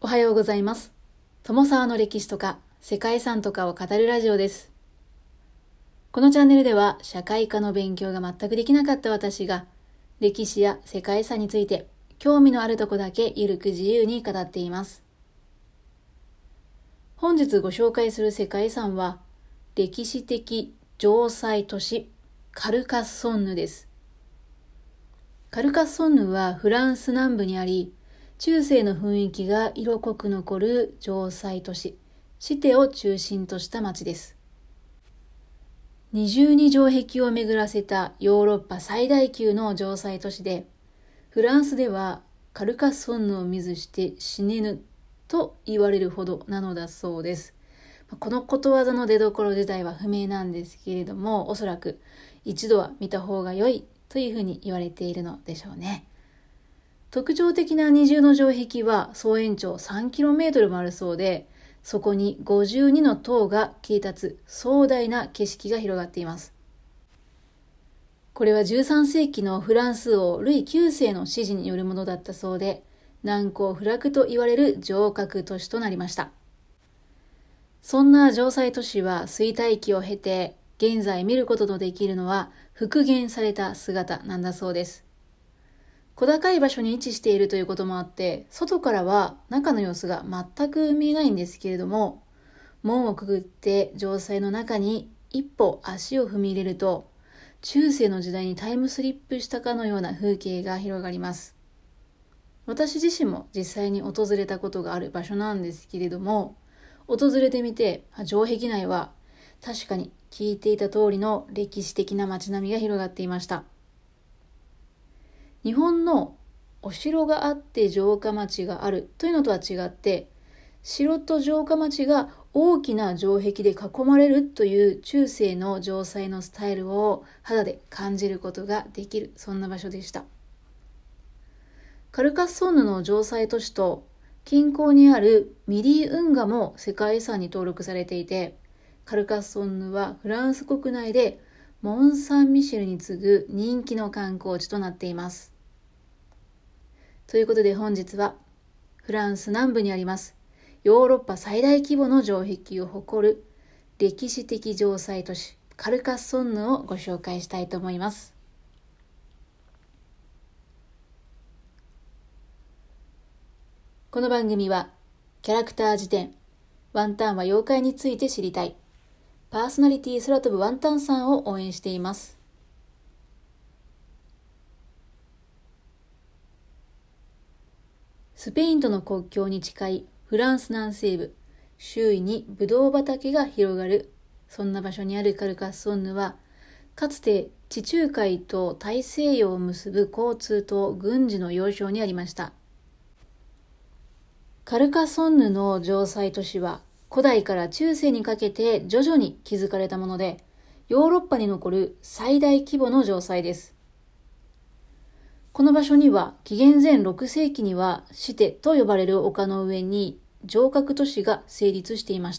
おはようございます。友沢の歴史とか世界遺産とかを語るラジオです。このチャンネルでは社会科の勉強が全くできなかった私が歴史や世界遺産について興味のあるとこだけゆるく自由に語っています。本日ご紹介する世界遺産は歴史的城塞都市カルカッソンヌです。カルカッソンヌはフランス南部にあり、中世の雰囲気が色濃く残る城塞都市、シテを中心とした町です。二重に城壁を巡らせたヨーロッパ最大級の城塞都市で、フランスではカルカッソンヌを見ずして死ねぬと言われるほどなのだそうです。このことわざの出所自体は不明なんですけれども、おそらく一度は見た方が良いというふうに言われているのでしょうね。特徴的な二重の城壁は総延長 3km もあるそうで、そこに52の塔が切り立つ壮大な景色が広がっています。これは13世紀のフランス王ルイ9世の指示によるものだったそうで、難攻不落と言われる城郭都市となりました。そんな城塞都市は衰退期を経て、現在見ることのできるのは復元された姿なんだそうです。小高い場所に位置しているということもあって、外からは中の様子が全く見えないんですけれども、門をくぐって城塞の中に一歩足を踏み入れると、中世の時代にタイムスリップしたかのような風景が広がります。私自身も実際に訪れたことがある場所なんですけれども、訪れてみて、城壁内は確かに聞いていた通りの歴史的な街並みが広がっていました。日本のお城があって城下町があるというのとは違って、城と城下町が大きな城壁で囲まれるという中世の城塞のスタイルを肌で感じることができる、そんな場所でした。カルカッソンヌの城塞都市と近郊にあるミリー運河も世界遺産に登録されていて、カルカッソンヌはフランス国内でモン・サン・ミシェルに次ぐ人気の観光地となっています。ということで本日はフランス南部にありますヨーロッパ最大規模の城壁を誇る歴史的城塞都市カルカッソンヌをご紹介したいと思います。この番組はキャラクター辞典ワンタンは妖怪について知りたいパーソナリティ空飛ぶワンタンさんを応援しています。スペインとの国境に近いフランス南西部、周囲にブドウ畑が広がる、そんな場所にあるカルカッソンヌは、かつて地中海と大西洋を結ぶ交通と軍事の要衝にありました。カルカッソンヌの城塞都市は、古代から中世にかけて徐々に築かれたもので、ヨーロッパに残る最大規模の城塞です。この場所には紀元前6世紀にはシテと呼ばれる丘の上に城郭都市が成立していました。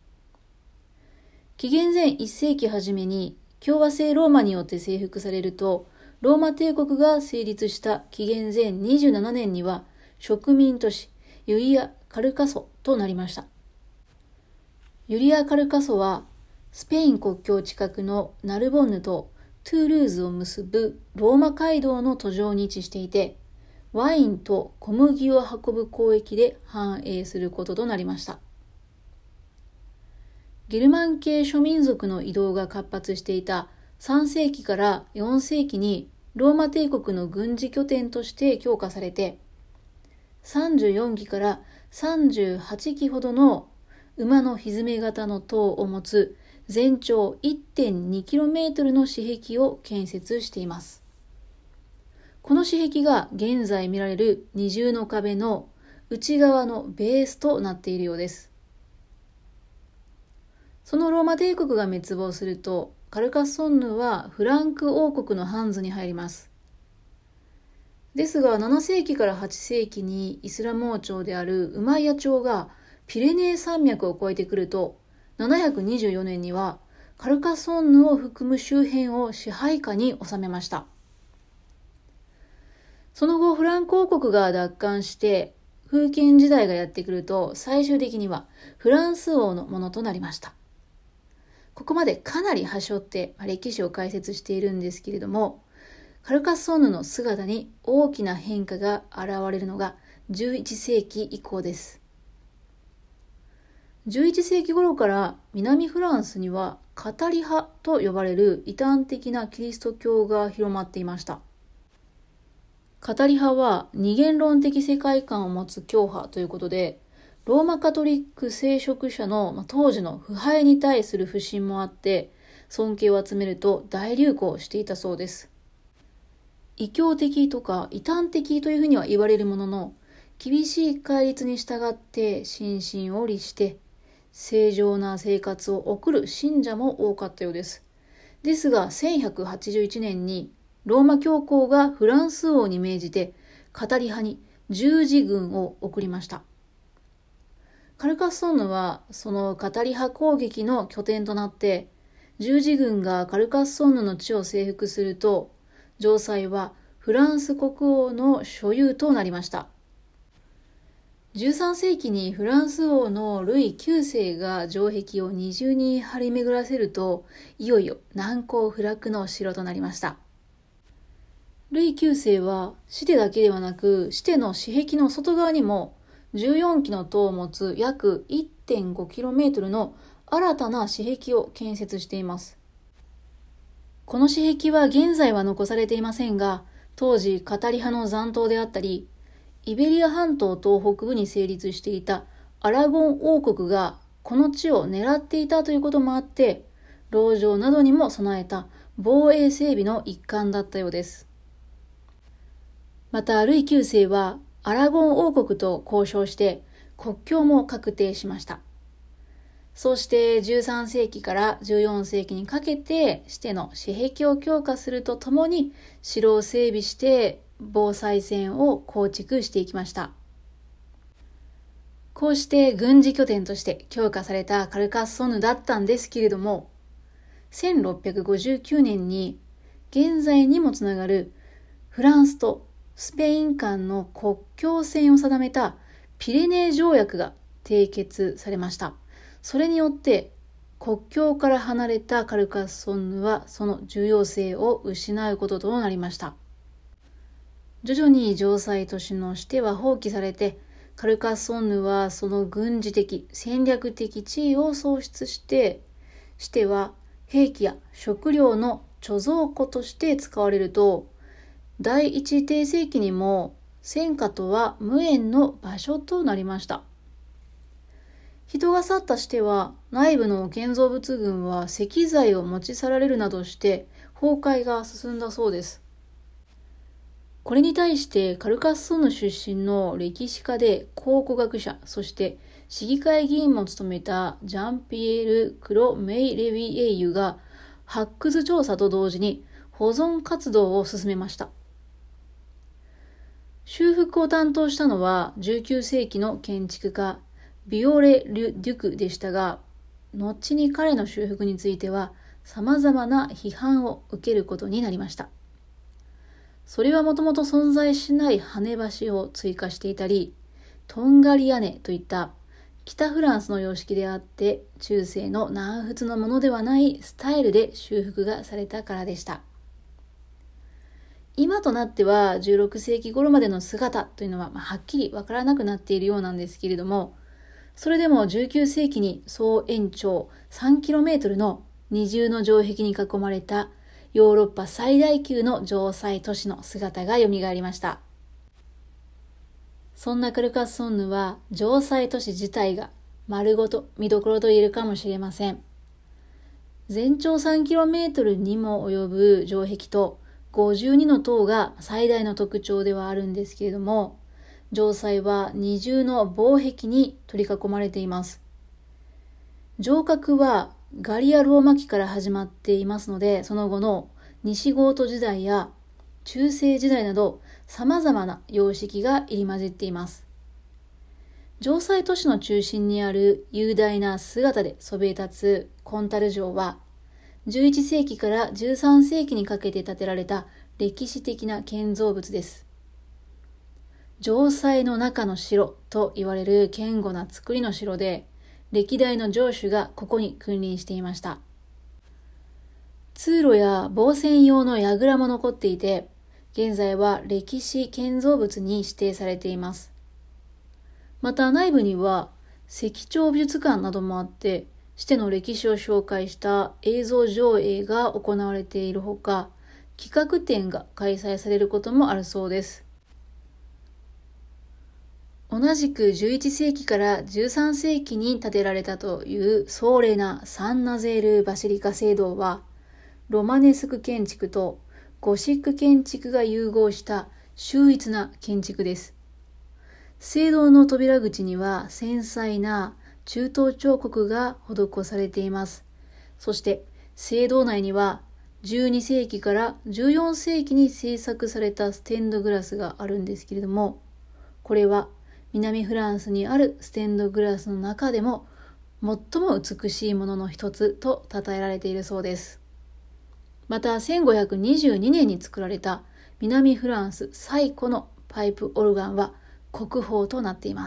紀元前1世紀初めに共和制ローマによって征服されると、ローマ帝国が成立した紀元前27年には植民都市ユリア・カルカソとなりました。ユリア・カルカソはスペイン国境近くのナルボンヌとトゥールーズを結ぶローマ街道の途上に位置していて、ワインと小麦を運ぶ交易で繁栄することとなりました。ゲルマン系諸民族の移動が活発していた3世紀から4世紀にローマ帝国の軍事拠点として強化されて、34基から38基ほどの馬のひづめ型の塔を持つ全長 1.2km の私壁を建設しています。この私壁が現在見られる二重の壁の内側のベースとなっているようです。そのローマ帝国が滅亡すると、カルカッソンヌはフランク王国のハンズに入ります。ですが7世紀から8世紀にイスラム王朝であるウマイヤ朝がピレネー山脈を越えてくると、724年にはカルカソンヌを含む周辺を支配下に収めました。その後フランク王国が奪還して封建時代がやってくると、最終的にはフランス王のものとなりました。ここまでかなり端折って歴史を解説しているんですけれども、カルカッソンヌの姿に大きな変化が現れるのが11世紀以降です。11世紀頃から南フランスにはカタリ派と呼ばれる異端的なキリスト教が広まっていました。カタリ派は二元論的世界観を持つ教派ということで、ローマカトリック聖職者の当時の腐敗に対する不信もあって、尊敬を集めると大流行していたそうです。異教的とか異端的というふうには言われるものの、厳しい戒律に従って心身を律して正常な生活を送る信者も多かったようです。ですが1181年にローマ教皇がフランス王に命じてカタリ派に十字軍を送りました。カルカッソンヌはそのカタリ派攻撃の拠点となって、十字軍がカルカッソンヌの地を征服すると、城塞はフランス国王の所有となりました。13世紀にフランス王のルイ9世が城壁を二重に張り巡らせると、いよいよ難攻不落の城となりました。ルイ9世はシテだけではなく、シテの市壁の外側にも14基の塔を持つ約 1.5km の新たな市壁を建設しています。この市壁は現在は残されていませんが、当時カタリ派の残党であったり、イベリア半島東北部に成立していたアラゴン王国がこの地を狙っていたということもあって、籠城などにも備えた防衛整備の一環だったようです。またルイ9世はアラゴン王国と交渉して国境も確定しました。そして13世紀から14世紀にかけてシテの市壁を強化するとともに城を整備して防災線を構築していきました。こうして軍事拠点として強化されたカルカッソンヌだったんですけれども、1659年に現在にもつながるフランスとスペイン間の国境線を定めたピレネー条約が締結されました。それによって国境から離れたカルカッソンヌはその重要性を失うこととなりました。徐々に城塞都市のシテは放棄されて、カルカッソンヌはその軍事的戦略的地位を喪失して、シテは兵器や食料の貯蔵庫として使われると、第一帝政期にも戦火とは無縁の場所となりました。人が去ったシテは内部の建造物群は石材を持ち去られるなどして崩壊が進んだそうです。これに対してカルカッソンヌ出身の歴史家で考古学者、そして市議会議員も務めたジャンピエール・クロメイ・レビエイユが発掘調査と同時に保存活動を進めました。修復を担当したのは19世紀の建築家ビオレ・デュクでしたが、後に彼の修復については様々な批判を受けることになりました。それはもともと存在しない跳ね橋を追加していたり、トンガリ屋根といった北フランスの様式であって、中世の南仏のものではないスタイルで修復がされたからでした。今となっては16世紀頃までの姿というのははっきりわからなくなっているようなんですけれども、それでも19世紀に総延長 3km の二重の城壁に囲まれたヨーロッパ最大級の城塞都市の姿が蘇りました。そんなカルカッソンヌは城塞都市自体が丸ごと見どころと言えるかもしれません。全長 3km にも及ぶ城壁と52の塔が最大の特徴ではあるんですけれども、城塞は二重の防壁に取り囲まれています。城郭はガリア・ローマ期から始まっていますので、その後の西ゴート時代や中世時代など様々な様式が入り混じっています。城塞都市の中心にある雄大な姿でそびえ立つコンタル城は、11世紀から13世紀にかけて建てられた歴史的な建造物です。 城塞の中の城と言われる堅固な造りの城で、歴代の城主がここに君臨していました。通路や防戦用の櫓も残っていて、現在は歴史建造物に指定されています。また内部には石彫美術館などもあって、シテの歴史を紹介した映像上映が行われているほか、企画展が開催されることもあるそうです。同じく11世紀から13世紀に建てられたという壮麗なサンナゼール・バシリカ聖堂は、ロマネスク建築とゴシック建築が融合した秀逸な建築です。聖堂の扉口には繊細な中東彫刻が施されています。そして聖堂内には12世紀から14世紀に制作されたステンドグラスがあるんですけれども、これは南フランスにあるステンドグラスの中でも最も美しいものの一つと称えられているそうです。また1522年に作られた南フランス最古のパイプオルガンは国宝となっています。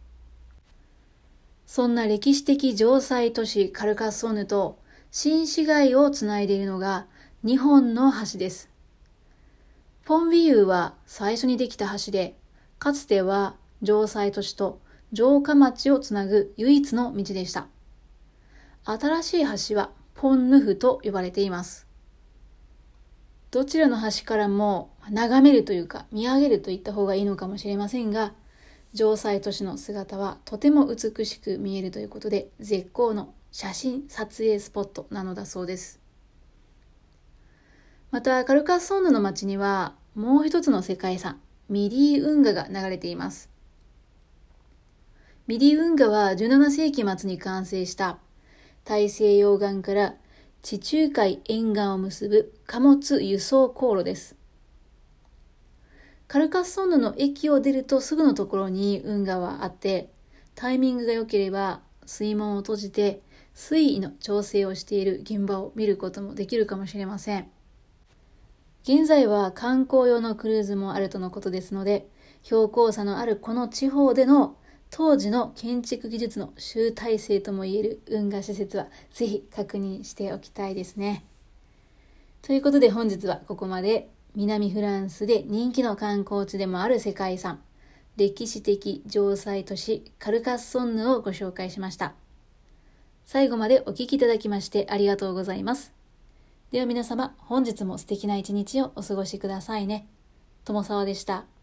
そんな歴史的城塞都市カルカッソンヌと新市街をつないでいるのが2本の橋です。ポンビユーは最初にできた橋で、かつては城塞都市と城下町をつなぐ唯一の道でした。新しい橋はポンヌフと呼ばれています。どちらの橋からも眺めるというか見上げるといった方がいいのかもしれませんが、城塞都市の姿はとても美しく見えるということで、絶好の写真撮影スポットなのだそうです。またカルカッソンヌの町にはもう一つの世界遺産、ミディ運河が流れています。ミディ運河は17世紀末に完成した大西洋岸から地中海沿岸を結ぶ貨物輸送航路です。カルカッソンヌの駅を出るとすぐのところに運河はあって、タイミングが良ければ水門を閉じて水位の調整をしている現場を見ることもできるかもしれません。現在は観光用のクルーズもあるとのことですので、標高差のあるこの地方での当時の建築技術の集大成ともいえる運河施設はぜひ確認しておきたいですね。ということで本日はここまで南フランスで人気の観光地でもある世界遺産、歴史的城塞都市カルカッソンヌをご紹介しました。最後までお聞きいただきましてありがとうございます。では皆様、本日も素敵な一日をお過ごしくださいね。友沢でした。